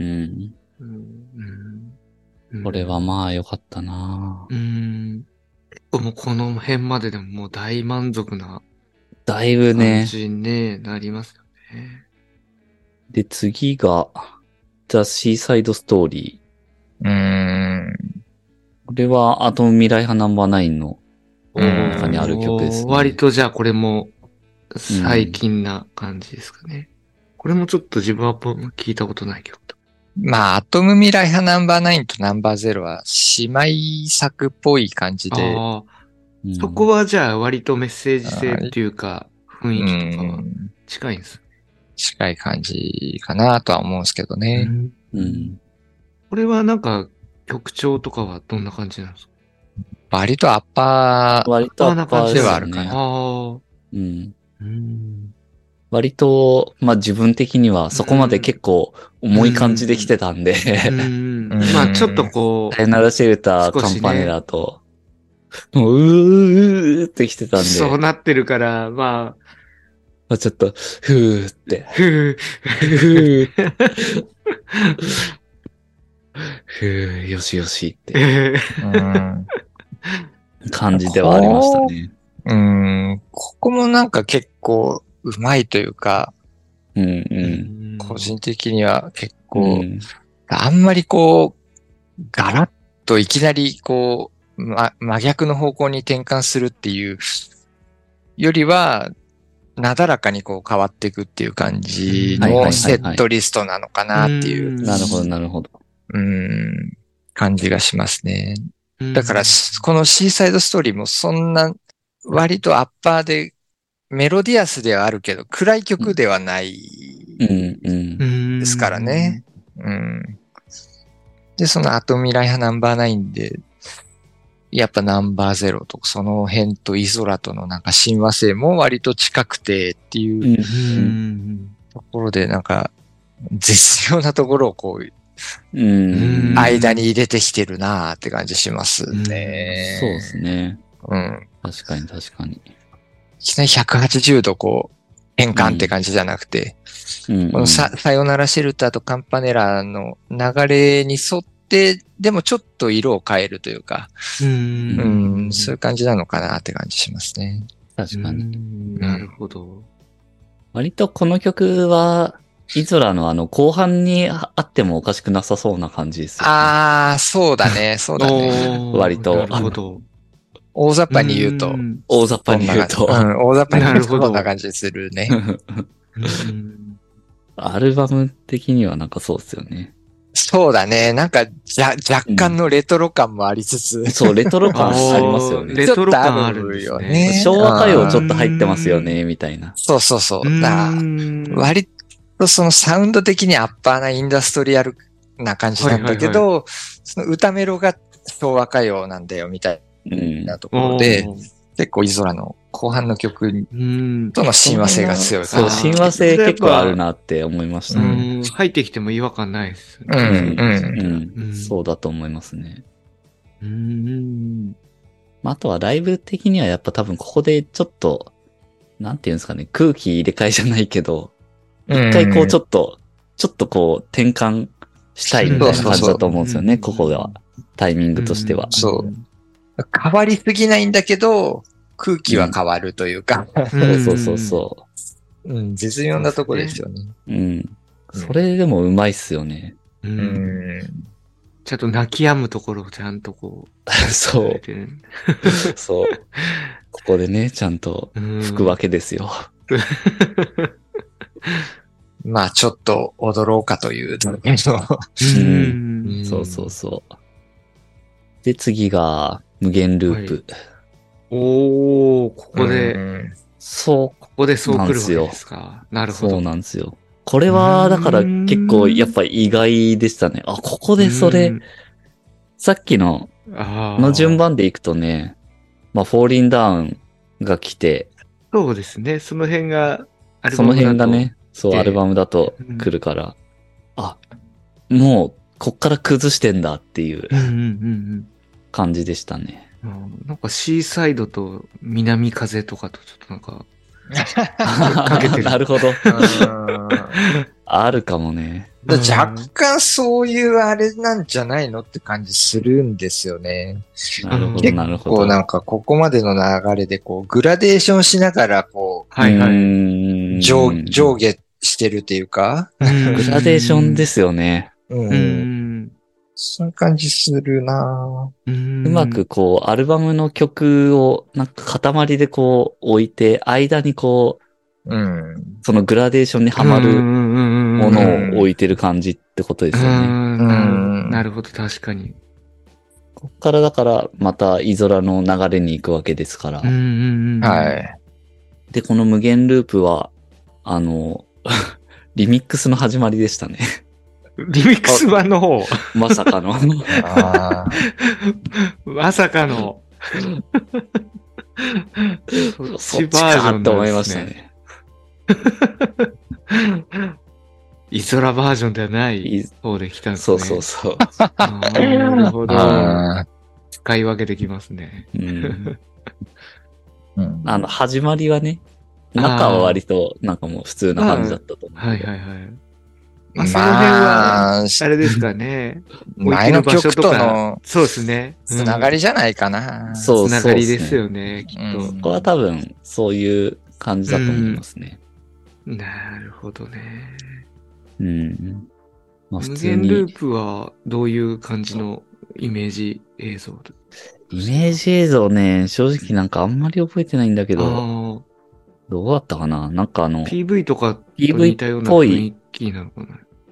これはまあ良かったな。 もうこの辺まででももう大満足な。 だいぶね。 感じに、ね、なりますよね。 で、次が、ザ・シーサイド・ストーリー。これはアトム未来派ナンバー9の中にある曲ですね。 割とじゃあこれも最近な感じですかね。これもちょっと自分は聞いたことない曲だ。 まあ、アトム未来派ナンバー9とナンバー0は姉妹作っぽい感じで。 そこはじゃあ割とメッセージ性っていうか雰囲気とかは近いんです。 近い感じかなとは思うんですけどね。 これはなんか曲調とかはどんな感じなんですか？ 割とアッパーではあるかな。 割と、まあ自分的にはそこまで結構重い感じで来てたんで。 まあちょっとこう。 さよならシェルター、カンパネラと、もう、って来てたんで。 そうなってるから、まあ。ちょっと、ふーって。 ふー、よしよしって。感じではありましたね。 ここもなんか結構うまいというか、個人的には結構、あんまりこう、ガラッといきなりこう、真逆の方向に転換するっていうよりは、なだらかにこう変わっていくっていう感じのセットリストなのかなっていう。 なるほど、なるほど。 感じがしますね。だから、このシーサイドストーリーもそんな、割とアッパーで、メロディアスではあるけど、暗い曲ではないですからね。で、そのアトム未来派ナンバー9で、やっぱナンバー0とその辺とイゾラとのなんか親和性も割と近くてっていうところでなんか絶妙なところをこう間に入れてきてるなーって感じしますね。 そうですね。確かに確かに。 いきなり180度こう変換って感じじゃなくて、このさよならシェルターとカンパネラの流れに沿って、でもちょっと色を変えるというか、そういう感じなのかなって感じしますね。 確かに。 なるほど。 割とこの曲は、イゾラの後半にあってもおかしくなさそうな感じですよね。 そうだね、そうだね。 割と。 なるほど。 大雑把に言うと。 大雑把に言うと。 大雑把に言うとこんな感じするね。 アルバム的にはなんかそうですよね。 そうだね。なんか、若干のレトロ感もありつつ。 そう、レトロ感ありますよね。 レトロ感あるよね。 昭和歌謡ちょっと入ってますよね、みたいな。 そう。割とそのサウンド的にアッパーなインダストリアルな感じなんだけど、その歌メロが昭和歌謡なんだよ、みたいなところで、結構イゾラの後半の曲との親和性が強い。 そう、親和性結構あるなって思いましたね。 入ってきても違和感ないです。 そうだと思いますね。あとはライブ的にはやっぱ多分ここでちょっと、なんていうんですかね、空気入れ替えじゃないけど、一回こうちょっとこう転換したいみたいな感じだと思うんですよね、ここが。タイミングとしては。 そう。変わりすぎないんだけど、空気は変わるというか。 そう。 うん、絶妙なとこですよね。 うん。それでもうまいっすよね。 う。 うんん。 ちゃんと泣き止むところをちゃんとこう。 そうやってるそう。ここでね、ちゃんと吹くわけですよ。 まあ、ちょっと踊ろうかというところの。 うん。 そうそうそう。で、次が、無限ループ。 おー、ここで、 そう。 ここでそう来るわけですか。なるほど。 そうなんですよ。これは、だから結構やっぱ意外でしたね。あ、ここでそれ、さっきの、の順番でいくとね、まあ、フォーリンダウンが来て、 そうですね。その辺が、 その辺がね、そう、アルバムだと来るから、あ、もう、こっから崩してんだっていう感じでしたね。 なんかシーサイドと南風とかとちょっとなんか、かけてる。 なるほど。あるかもね。 若干そういうあれなんじゃないのって感じするんですよね。 なるほど、なるほど。 こうなんかここまでの流れでこうグラデーションしながらこう、 はいはい、 上下してるっていうか。 グラデーションですよね。 そういう感じするなうまくこう、アルバムの曲をなんか塊でこう置いて、間にこう、そのグラデーションにはまるものを置いてる感じってことですよね。 なるほど、確かに。 こっからだからまたイゾラの流れに行くわけですから。 はい。 で、この無限ループは、リミックスの始まりでしたね。 リミックス版の方。 まさかの。 まさかの。 そっちかって思いましたね。 イソラバージョンではない方で来たんですね。 そうそうそう。 なるほど。使い分けてきますね。 始まりはね、中は割となんかもう普通な感じだったと思う。 はいはいはい。まあ、その辺は、あれですかね。 前の曲との、 そうですね。 つながりじゃないかな。 そう、 つながりですよね、きっと。 そこは多分、そういう感じだと思いますね。 なるほどね。 まあ無限ループはどういう感じのイメージ映像？ イメージ映像ね、正直なんかあんまり覚えてないんだけど、どうだったかな？なんか PV とかと似たような雰囲気なのかな？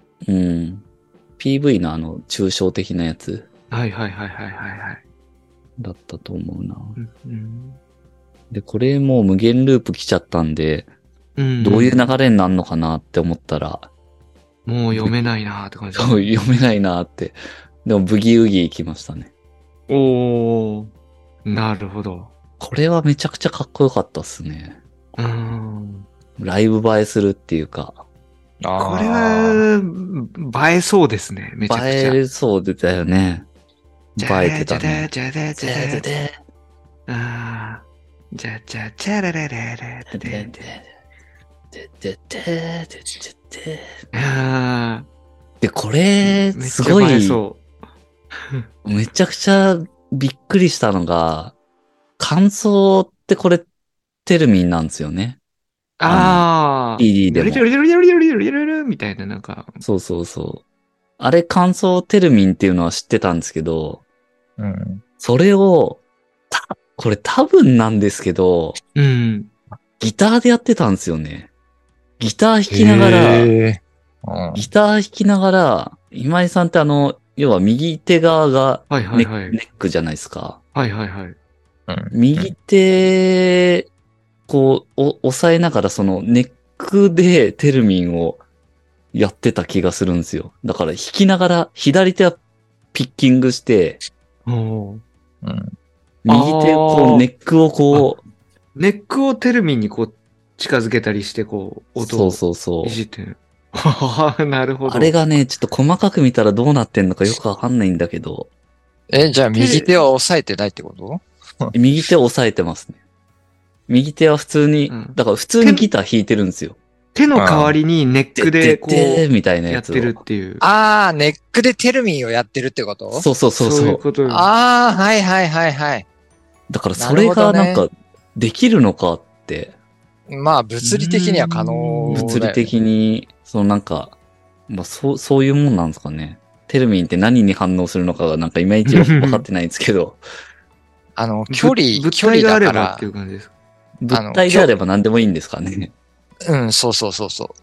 PV の抽象的なやつ。 はいはいはいはいはい。 だったと思うな。で、これもう無限ループ来ちゃったんで、どういう流れになるのかなって思ったら、 もう読めないなーって感じ。 そう、読めないなーって。でもブギウギ行きましたね。 おー、なるほど。 これはめちゃくちゃかっこよかったっすね。ライブ映えするっていうか。 これは、映えそうですね。めちゃくちゃ。 映えそうだよね。映えてたね。 じゃららららで、これ、すごい、めちゃくちゃびっくりしたのが、感想ってこれ、テルミンなんですよね。ED でも。 みたいな、なんか。 そうそうそう。あれ、感想テルミンっていうのは知ってたんですけど、それを、これ多分なんですけど、ギターでやってたんですよね。ギター弾きながら、今井さんって要は右手側がネックじゃないですか。右手、こう、押さえながらそのネックでテルミンをやってた気がするんですよ。だから弾きながら左手はピッキングして、右手、こう、ネックをこう、 ネックをテルミンにこう、近づけたりして、こう、音をいじってる。なるほど。 あれがね、ちょっと細かく見たらどうなってんのかよくわかんないんだけど。 じゃあ右手は押さえてないってこと？ 右手を押さえてますね。右手は普通に、だから普通にギター弾いてるんですよ。 手の代わりにネックでこう、 みたいなやつやってるっていう。 ネックでテルミンをやってるってこと？ そう。 そういうこと。 はい。 だからそれがなんかできるのかってまあ、物理的には可能だよね。 物理的に、なんか、まあ、そういうもんなんですかね。テルミンって何に反応するのかがなんかいまいち分かってないんですけど。 距離があれだからばっていう感じですか。 物体であれば何でもいいんですかね。 うん、そうそうそうそう。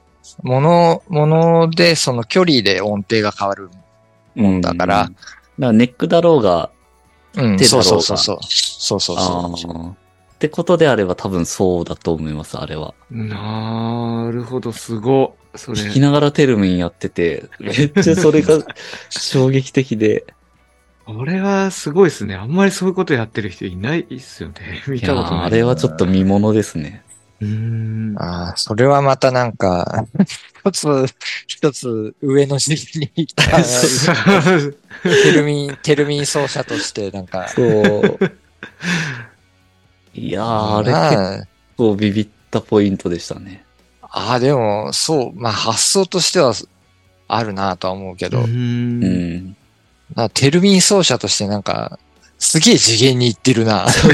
もので、その距離で音程が変わるもんだから。 だからネックだろうが、 うん、 手だろうが。 そうそうそう。そうそうそう。 ってことであれば多分そうだと思います、あれは。 なるほど、すご。それ。 聞きながらテルミンやってて、めっちゃそれが衝撃的で。 これはすごいですね。あんまりそういうことやってる人いないっすよね。見たことない。 あれはちょっと見物ですね。 ああ、それはまたなんか、一つ上の時期に行ったテルミン奏者としてなんか。 そう。いやー、あれ結構ビビったポイントでしたね。 ああ、でも、そう、まあ発想としてはあるなとは思うけど。テルミン奏者としてなんか、すげえ次元に行ってるな。 そう。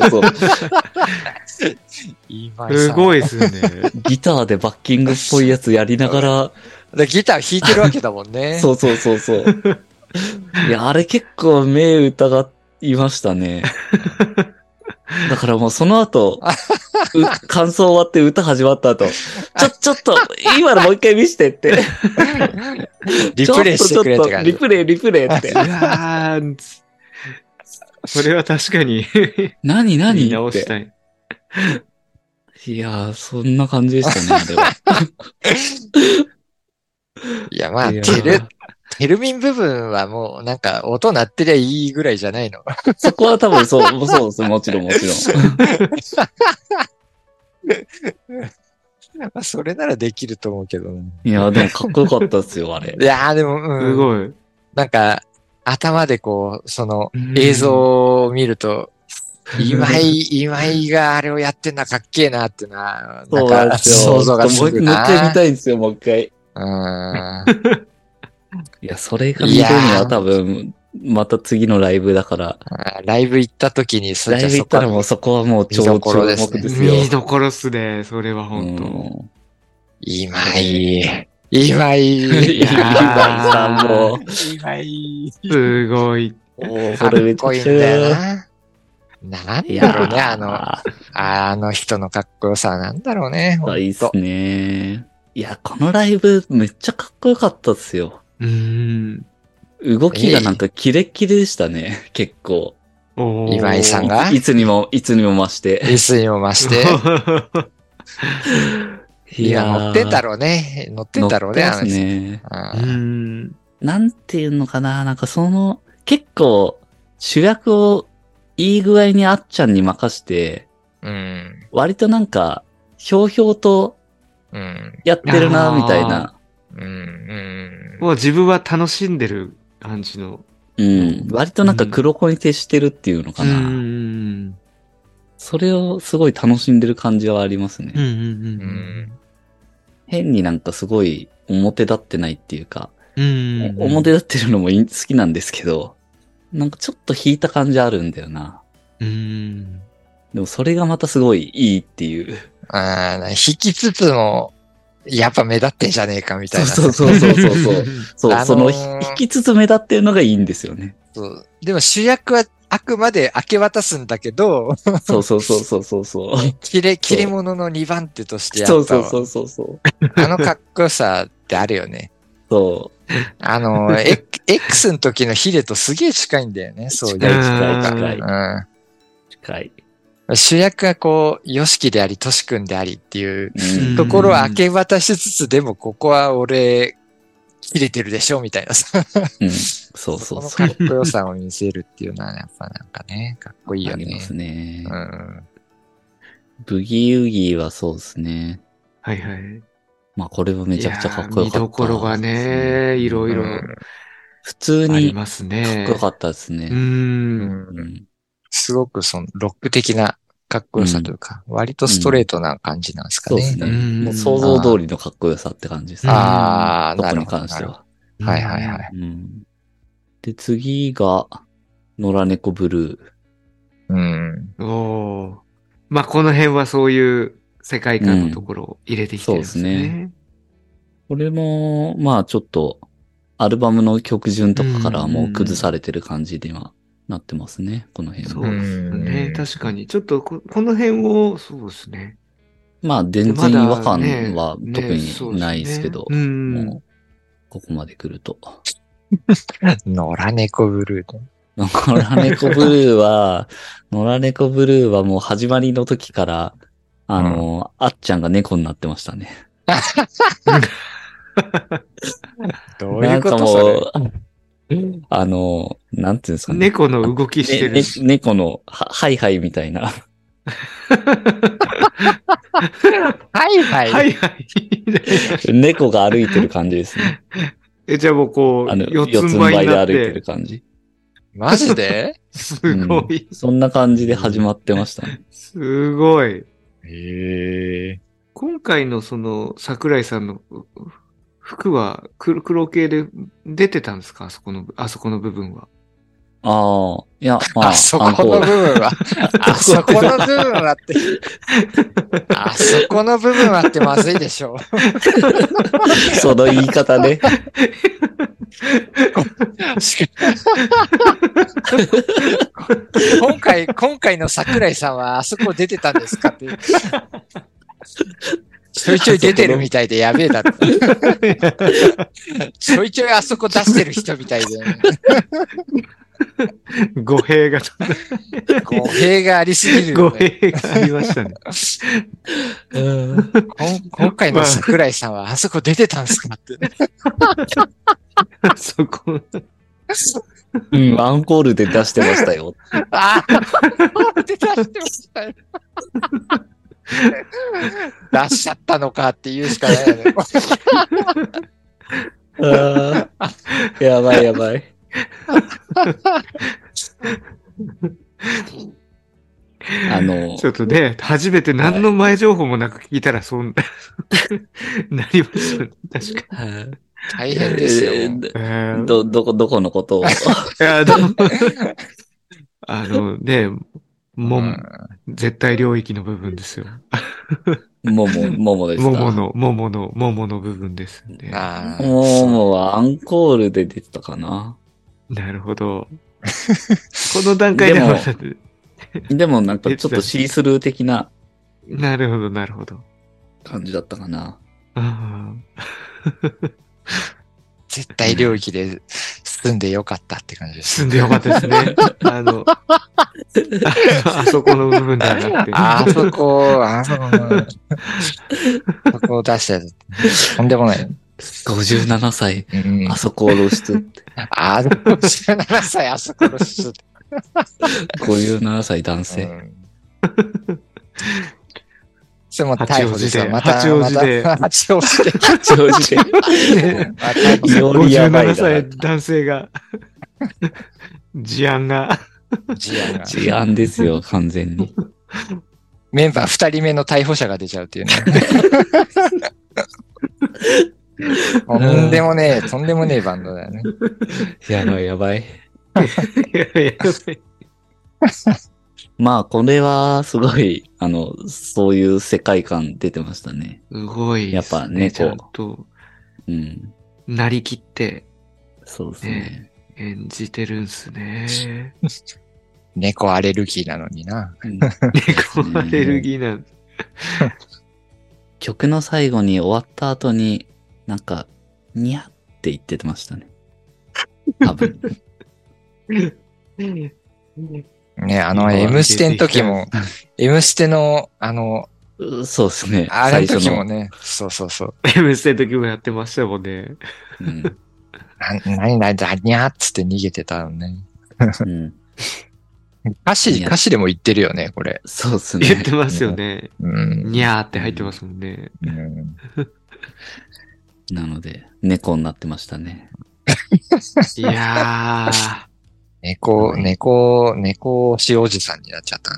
すごいですよね。 ギターでバッキングっぽいやつやりながら。 ギター弾いてるわけだもんね。 そう。いや、あれ結構目疑いましたね。だからもうその後、感想終わって歌始まった後、ちょっと、今のもう一回見してって。 リプレイしてくれって感じ。 リプレイって。 いやー、それは確かに何言い直したい。 いやー、そんな感じでしたね、あれは。 いや、まあ、テルミン部分はもうなんか音鳴ってりゃいいぐらいじゃないの。 そこは多分そうです。もちろん。 それならできると思うけどね。 いや、でもかっこよかったですよ、あれ。 いやでも、 すごい。 なんか、頭でこう、その映像を見ると、今井があれをやってんのはかっけえなってな、なんか想像がつくな。 もう一回見たいんですよ、もう一回。いや、それが見るには多分、また次のライブだから。 ライブ行った時に、 ライブ行ったらもうそこはもう超注目ですよ。 見どころっすね、それは本当。 今井さんも。今井。 すごい。 かっこいいんだよな。なんだろうね、あの人のかっこよさはなんだろうね。 いいっすね。いや、このライブめっちゃかっこよかったっすよ。動きがなんかキレッキレでしたね、結構。 今井さんがいつにも増して。 いや、乗ってんだろうね、 あの人ね。なんていうのかな、なんか結構、主役をいい具合にあっちゃんに任して、割となんか、ひょうひょうと、やってるな、みたいな。 もう自分は楽しんでる感じの。 割となんか黒子に徹してるっていうのかな。それをすごい楽しんでる感じはありますね。変になんかすごい表立ってないっていうか、表立ってるのも好きなんですけど、なんかちょっと引いた感じあるんだよな。でもそれがまたすごいいいっていう。 引きつつも、やっぱ目立ってんじゃねえかみたいな。 そう。引きつつ目立ってるのがいいんですよね。 そう。でも主役はあくまで明け渡すんだけど、 そう。 切れ者の2番手としてやったそう。 あのかっこよさってあるよね。 そう。 X の時のヒデとすげえ近いんだよね。そういう。 近い。 主役がこう、ヨシキであり、トシ君でありっていうところを明け渡しつつ、でもここは俺、切れてるでしょみたいなさ。 そう。 そのかっこよさを見せるっていうのは、やっぱなんかね、かっこいいよね。 ありますね。ブギーウギーはそうですね。 はい。 まあこれはめちゃくちゃかっこよかった。見どころがね、いろいろ。 普通に、 かっこよかったですね。 すごくロック的なかっこよさというか、割とストレートな感じなんですかね。 そうですね。もう想像通りのかっこよさって感じですね。 なるほど。 に関しては。 はい。 で、次が、野良猫ブルー。 まあこの辺はそういう世界観のところを入れてきてるんですね。 そうですね。これも、まあちょっと、アルバムの曲順とかからはもう崩されてる感じではなってますね、この辺そうは。 ですね。確かに。ちょっとこの辺を、そうですね。 まあ全然違和感ねは特にないですけど、 そうですねもう、ここまで来ると。 野良猫ブルーで。 野良猫ブルーは、野良猫ブルーはもう始まりの時から、あっちゃんが猫になってましたね。 どういうことそれ。 なんていうんですかね。 猫の動きしてる。 猫のハイハイみたいな。 はいはい。 はいはい。 猫が歩いてる感じですね。 じゃあもうこう、四つん這いになってで歩いてる感じ。 マジですごい、 そんな感じで始まってましたね。 すごい。 へえ。 今回のその桜井さんの服は黒系で出てたんですか？あそこの部分は。 ああ、いや、まあ、 あそこの部分は、あそこの部分はって、あそこの部分はってまずいでしょ。 その言い方ね。 今回の桜井さんはあそこ出てたんですかって。ちょいちょい出てるみたいでやべえだって。ちょいちょいあそこ出してる人みたいで。 語弊がありすぎる、ね。 語弊がありましたね。 今回の桜井さんはあそこ出てたんですかって。 そこ。 アンコールで出してましたよ。 アンコールで出してましたよ。出しちゃったのかって言うしかないよね。 やばいやばい。 ちょっとね、初めて何の前情報もなく聞いたらそうなりますよね。確かに。 大変ですよ。 どこのことを。 絶対領域の部分ですよ。 ももですか？ ももの部分ですね。 ももはアンコールで出てたかな。 なるほど。この段階では。 でもなんかちょっとシースルー的な。 なるほど、なるほど。 感じだったかな。 絶対領域で住んでよかったって感じです。 住んでよかったですね。あそこの部分ではなくて。 あそこを出したやつ。とんでもない。 57歳、あそこを露出って。 57歳、あそこ露出って。 57歳男性。 それも逮捕ですよ。 八王子で。 八王子で。 57歳男性が。事案ですよ、完全に。 メンバー2人目の逮捕者が出ちゃうっていうね。とんでもねえバンドだよね。 やばい。まあ、これは、すごい、そういう世界観出てましたね。 すごい、ね。 やっぱ猫。 ちゃんと、なりきって、 そうですね。 演じてるんすね。 猫アレルギーなのにな。 猫アレルギーなの。 曲の最後に終わった後に、なんか、にゃって言ってましたね。多分。 ね、M ステの時も、M ステの、 そうですね。 あれの時もね、そう。 M ステの時もやってましたもんね。 何、にゃーっつって逃げてたのね。歌詞でも言ってるよね、これ。 そうですね。 言ってますよね。にゃーって入ってますもんね。 なので、猫になってましたね。 いやー。 猫しおじさんになっちゃった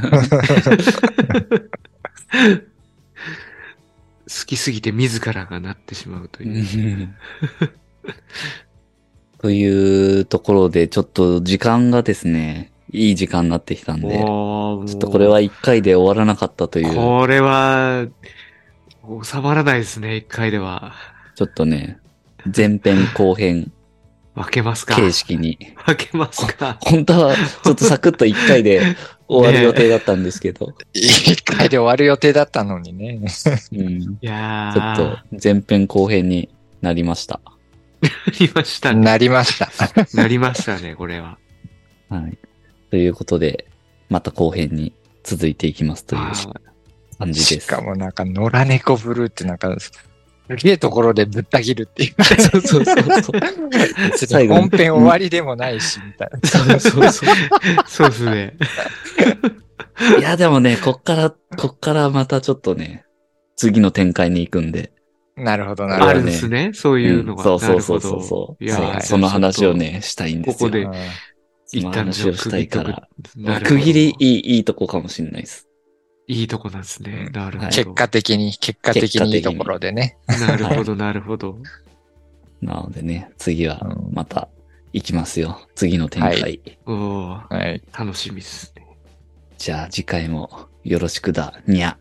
ね。 好きすぎて自らがなってしまうという。 というところで、ちょっと時間がですね、 いい時間になってきたんで、ちもうょっとこれは1回で終わらなかったという、 これは、収まらないですね、一回では。 ちょっとね、前編後編分けますか。 形式に。 分けますか。 本当はちょっとサクッと1回で終わる予定だったんですけど、 一回で終わる予定だったのにね。 うん、 いやちょっと前編後編になりました。 なりましたね。 なりました。 なりましたね、これは。 はい。ということで、また後編に続いていきますという感じです。 しかもなんか、野良猫ブルーってなんか、すげえところでぶった切るっていう。 そうそうそうそう。 別に本編終わりでもないし、みたいな。 そうそうそう。 そうですね。 いや、でもね、こっからまたちょっとね、次の展開に行くんで。 なるほど、なるあほど。 るんですね、そういうのが。 そうそうそうそうそう。 なるほどいや、 その話をね、したいんですよ。 ここでうんその話をしたいから。 なるほど区切りいいとこかもしれないです。 いいとこなんですね。なるほど。 結果的にいいところでね。 なるほど、なるほど。 なのでね、次はまた行きますよ。次の展開。 はいおーはい。 楽しみですね。 じゃあ次回もよろしくだ、にゃ。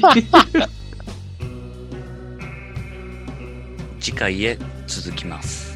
次回へ続きます。